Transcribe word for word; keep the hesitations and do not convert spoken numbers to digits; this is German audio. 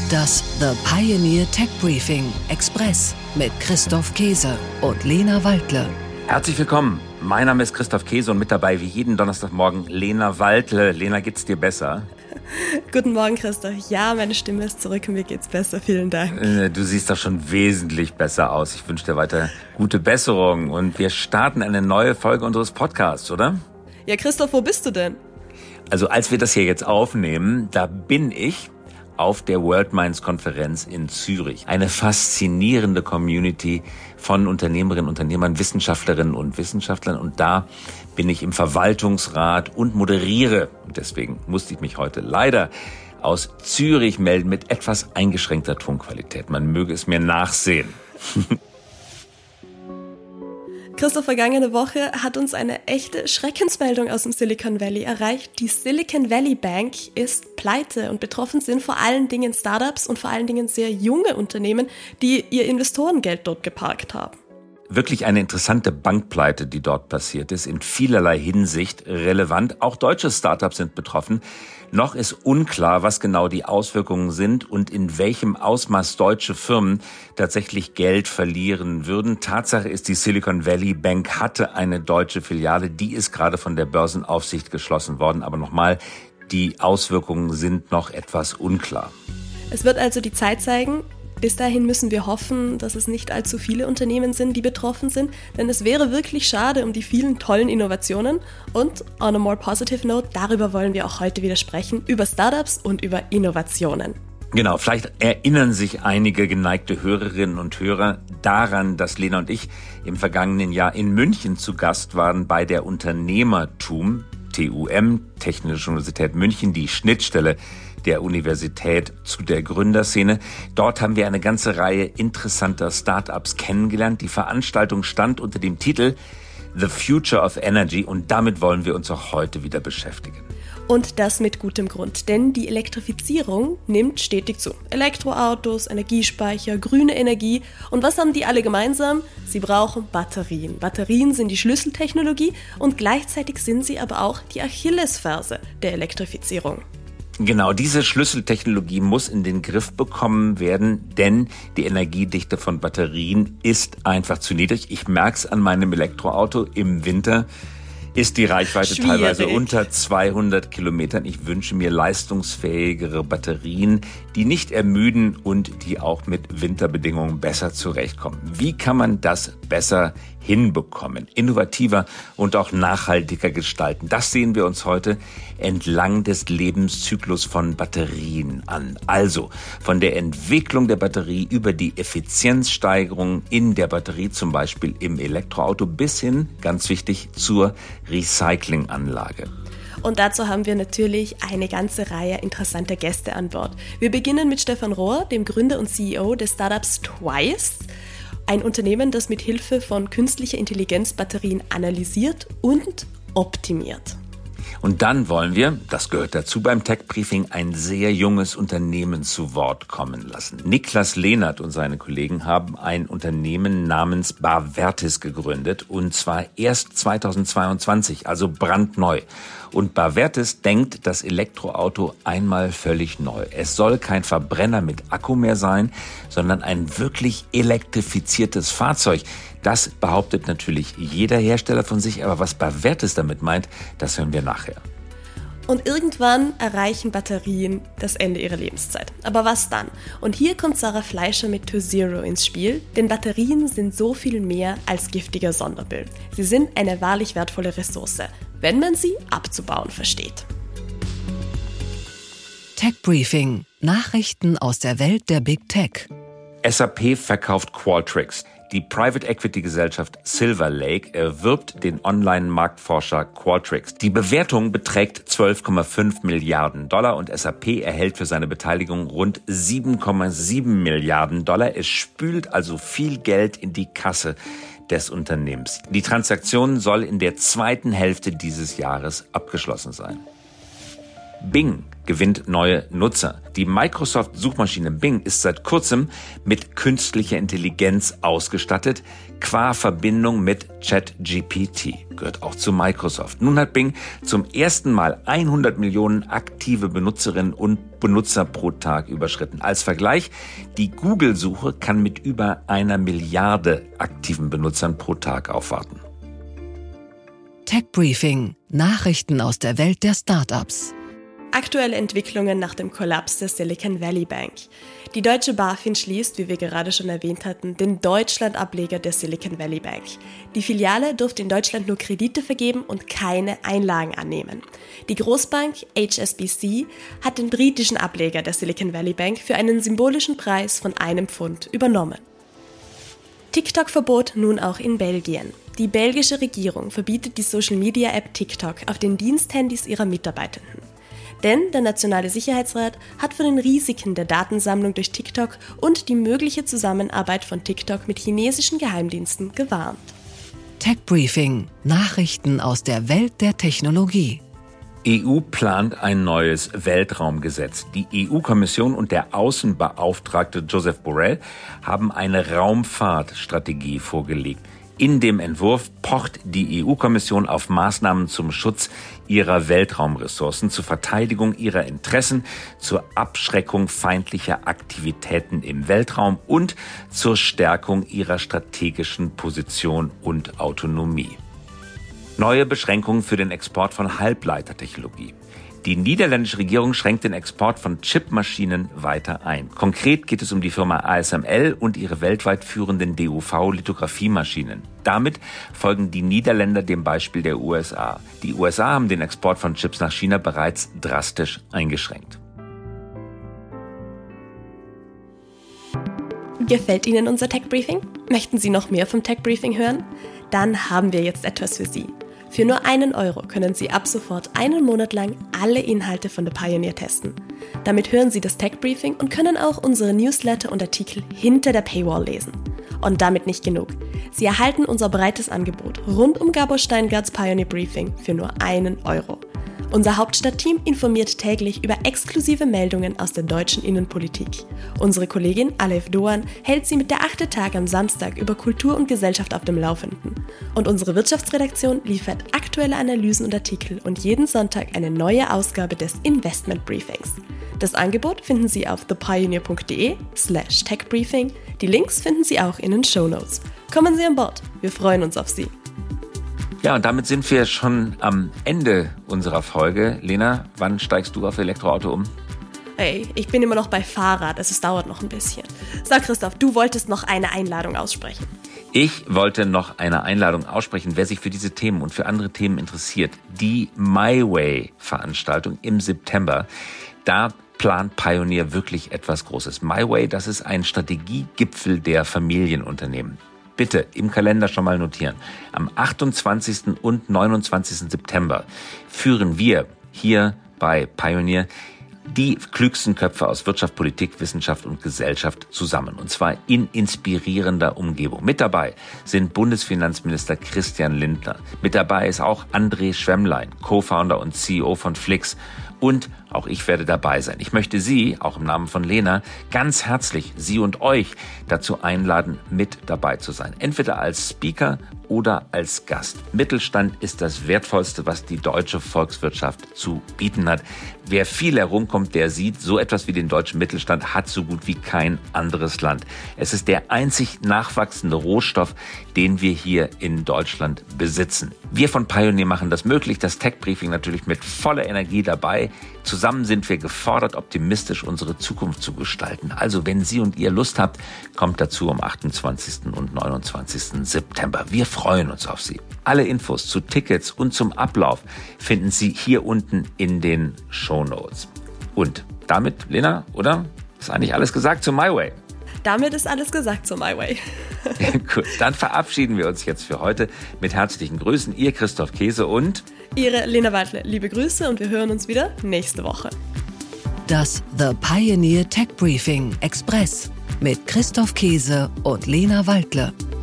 Das The Pioneer Tech Briefing Express mit Christoph Käse und Lena Waldle. Herzlich willkommen. Mein Name ist Christoph Käse und mit dabei wie jeden Donnerstagmorgen Lena Waldle. Lena, geht's dir besser? Guten Morgen, Christoph. Ja, meine Stimme ist zurück und mir geht's besser. Vielen Dank. Du siehst doch schon wesentlich besser aus. Ich wünsche dir weiter gute Besserung und wir starten eine neue Folge unseres Podcasts, oder? Ja, Christoph, wo bist du denn? Also als wir das hier jetzt aufnehmen, da bin ich auf der World Minds Konferenz in Zürich. Eine faszinierende Community von Unternehmerinnen, Unternehmern, Wissenschaftlerinnen und Wissenschaftlern. Und da bin ich im Verwaltungsrat und moderiere. Und deswegen musste ich mich heute leider aus Zürich melden mit etwas eingeschränkter Tonqualität. Man möge es mir nachsehen. Christoph, vergangene Woche hat uns eine echte Schreckensmeldung aus dem Silicon Valley erreicht. Die Silicon Valley Bank ist pleite und betroffen sind vor allen Dingen Startups und vor allen Dingen sehr junge Unternehmen, die ihr Investorengeld dort geparkt haben. Wirklich eine interessante Bankpleite, die dort passiert ist, in vielerlei Hinsicht relevant. Auch deutsche Startups sind betroffen. Noch ist unklar, was genau die Auswirkungen sind und in welchem Ausmaß deutsche Firmen tatsächlich Geld verlieren würden. Tatsache ist, die Silicon Valley Bank hatte eine deutsche Filiale, die ist gerade von der Börsenaufsicht geschlossen worden. Aber nochmal, die Auswirkungen sind noch etwas unklar. Es wird also die Zeit zeigen. Bis dahin müssen wir hoffen, dass es nicht allzu viele Unternehmen sind, die betroffen sind, denn es wäre wirklich schade um die vielen tollen Innovationen. Und on a more positive note, darüber wollen wir auch heute wieder sprechen, über Startups und über Innovationen. Genau, vielleicht erinnern sich einige geneigte Hörerinnen und Hörer daran, dass Lena und ich im vergangenen Jahr in München zu Gast waren bei der Unternehmertum, T U M, Technische Universität München, die Schnittstelle der Universität zu der Gründerszene. Dort haben wir eine ganze Reihe interessanter Startups kennengelernt. Die Veranstaltung stand unter dem Titel The Future of Energy und damit wollen wir uns auch heute wieder beschäftigen. Und das mit gutem Grund, denn die Elektrifizierung nimmt stetig zu. Elektroautos, Energiespeicher, grüne Energie. Und was haben die alle gemeinsam? Sie brauchen Batterien. Batterien sind die Schlüsseltechnologie und gleichzeitig sind sie aber auch die Achillesferse der Elektrifizierung. Genau, diese Schlüsseltechnologie muss in den Griff bekommen werden, denn die Energiedichte von Batterien ist einfach zu niedrig. Ich merke es an meinem Elektroauto im Winter. Ist die Reichweite Schwierig. Teilweise unter zweihundert Kilometern. Ich wünsche mir leistungsfähigere Batterien, die nicht ermüden und die auch mit Winterbedingungen besser zurechtkommen. Wie kann man das besser hinbekommen, innovativer und auch nachhaltiger gestalten? Das sehen wir uns heute entlang des Lebenszyklus von Batterien an. Also von der Entwicklung der Batterie über die Effizienzsteigerung in der Batterie, zum Beispiel im Elektroauto, bis hin, ganz wichtig, zur Recyclinganlage. Und dazu haben wir natürlich eine ganze Reihe interessanter Gäste an Bord. Wir beginnen mit Stefan Rohr, dem Gründer und C E O des Startups Twice. Ein Unternehmen, das mit Hilfe von künstlicher Intelligenz Batterien analysiert und optimiert. Und dann wollen wir, das gehört dazu beim Tech Briefing, ein sehr junges Unternehmen zu Wort kommen lassen. Niklas Lehnert und seine Kollegen haben ein Unternehmen namens Bavertis gegründet und zwar erst zweitausendzweiundzwanzig, also brandneu. Und Bavertis denkt das Elektroauto einmal völlig neu. Es soll kein Verbrenner mit Akku mehr sein, sondern ein wirklich elektrifiziertes Fahrzeug. Das behauptet natürlich jeder Hersteller von sich, aber was Bavertis damit meint, das hören wir nachher. Und irgendwann erreichen Batterien das Ende ihrer Lebenszeit. Aber was dann? Und hier kommt Sarah Fleischer mit To Zero ins Spiel, denn Batterien sind so viel mehr als giftiger Sondermüll. Sie sind eine wahrlich wertvolle Ressource, wenn man sie abzubauen versteht. Tech Briefing. Nachrichten aus der Welt der Big Tech. S A P verkauft Qualtrics. Die Private Equity Gesellschaft Silver Lake erwirbt den Online-Marktforscher Qualtrics. Die Bewertung beträgt zwölf Komma fünf Milliarden Dollar und S A P erhält für seine Beteiligung rund sieben Komma sieben Milliarden Dollar. Es spült also viel Geld in die Kasse des Unternehmens. Die Transaktion soll in der zweiten Hälfte dieses Jahres abgeschlossen sein. Bing gewinnt neue Nutzer. Die Microsoft-Suchmaschine Bing ist seit kurzem mit künstlicher Intelligenz ausgestattet, qua Verbindung mit ChatGPT. Gehört auch zu Microsoft. Nun hat Bing zum ersten Mal hundert Millionen aktive Benutzerinnen und Benutzer pro Tag überschritten. Als Vergleich, die Google-Suche kann mit über einer Milliarde aktiven Benutzern pro Tag aufwarten. Tech Briefing. Nachrichten aus der Welt der Startups. Aktuelle Entwicklungen nach dem Kollaps der Silicon Valley Bank. Die deutsche BaFin schließt, wie wir gerade schon erwähnt hatten, den Deutschland-Ableger der Silicon Valley Bank. Die Filiale durfte in Deutschland nur Kredite vergeben und keine Einlagen annehmen. Die Großbank H S B C hat den britischen Ableger der Silicon Valley Bank für einen symbolischen Preis von einem Pfund übernommen. TikTok-Verbot nun auch in Belgien. Die belgische Regierung verbietet die Social-Media-App TikTok auf den Diensthandys ihrer Mitarbeitenden. Denn der Nationale Sicherheitsrat hat vor den Risiken der Datensammlung durch TikTok und die mögliche Zusammenarbeit von TikTok mit chinesischen Geheimdiensten gewarnt. Tech Briefing. Nachrichten aus der Welt der Technologie. E U plant ein neues Weltraumgesetz. Die E U-Kommission und der Außenbeauftragte Josep Borrell haben eine Raumfahrtstrategie vorgelegt. In dem Entwurf pocht die E U-Kommission auf Maßnahmen zum Schutz ihrer Weltraumressourcen, zur Verteidigung ihrer Interessen, zur Abschreckung feindlicher Aktivitäten im Weltraum und zur Stärkung ihrer strategischen Position und Autonomie. Neue Beschränkungen für den Export von Halbleitertechnologie. Die niederländische Regierung schränkt den Export von Chipmaschinen weiter ein. Konkret geht es um die Firma A S M L und ihre weltweit führenden D U V-Lithografiemaschinen. Damit folgen die Niederländer dem Beispiel der U S A. Die U S A haben den Export von Chips nach China bereits drastisch eingeschränkt. Gefällt Ihnen unser Tech Briefing? Möchten Sie noch mehr vom Tech Briefing hören? Dann haben wir jetzt etwas für Sie. Für nur einen Euro können Sie ab sofort einen Monat lang alle Inhalte von The Pioneer testen. Damit hören Sie das Tech Briefing und können auch unsere Newsletter und Artikel hinter der Paywall lesen. Und damit nicht genug. Sie erhalten unser breites Angebot rund um Gabor Steingarts Pioneer Briefing für nur einen Euro. Unser Hauptstadtteam informiert täglich über exklusive Meldungen aus der deutschen Innenpolitik. Unsere Kollegin Alef Doan hält Sie mit der achte Tag am Samstag über Kultur und Gesellschaft auf dem Laufenden. Und unsere Wirtschaftsredaktion liefert aktuelle Analysen und Artikel und jeden Sonntag eine neue Ausgabe des Investment Briefings. Das Angebot finden Sie auf thepioneer.de slash techbriefing. Die Links finden Sie auch in den Shownotes. Kommen Sie an Bord, wir freuen uns auf Sie. Ja, und damit sind wir schon am Ende unserer Folge. Lena, wann steigst du auf Elektroauto um? Hey, ich bin immer noch bei Fahrrad, also es dauert noch ein bisschen. Sag Christoph, du wolltest noch eine Einladung aussprechen. Ich wollte noch eine Einladung aussprechen, wer sich für diese Themen und für andere Themen interessiert. Die MyWay-Veranstaltung im September, da plant Pioneer wirklich etwas Großes. MyWay, das ist ein Strategiegipfel der Familienunternehmen. Bitte im Kalender schon mal notieren. Am achtundzwanzigsten und neunundzwanzigsten September führen wir hier bei Pioneer die klügsten Köpfe aus Wirtschaft, Politik, Wissenschaft und Gesellschaft zusammen. Und zwar in inspirierender Umgebung. Mit dabei sind Bundesfinanzminister Christian Lindner. Mit dabei ist auch André Schwemmlein, Co-Founder und C E O von Flix. Und auch ich werde dabei sein. Ich möchte Sie, auch im Namen von Lena, ganz herzlich, Sie und euch dazu einladen, mit dabei zu sein. Entweder als Speaker oder als Gast. Mittelstand ist das Wertvollste, was die deutsche Volkswirtschaft zu bieten hat. Wer viel herumkommt, der sieht, so etwas wie den deutschen Mittelstand hat so gut wie kein anderes Land. Es ist der einzig nachwachsende Rohstoff, den wir hier in Deutschland besitzen. Wir von Pioneer machen das möglich, das Tech Briefing natürlich mit voller Energie dabei. Zusammen sind wir gefordert, optimistisch unsere Zukunft zu gestalten. Also, wenn Sie und ihr Lust habt, kommt dazu am achtundzwanzigsten und neunundzwanzigsten September. Wir freuen uns auf Sie. Alle Infos zu Tickets und zum Ablauf finden Sie hier unten in den Shownotes. Und damit, Lena, oder? Ist eigentlich alles gesagt zu MyWay? Damit ist alles gesagt zu MyWay. Gut, dann verabschieden wir uns jetzt für heute mit herzlichen Grüßen. Ihr Christoph Käse und Ihre Lena Waldle. Liebe Grüße und wir hören uns wieder nächste Woche. Das The Pioneer Tech Briefing Express mit Christoph Käse und Lena Waldle.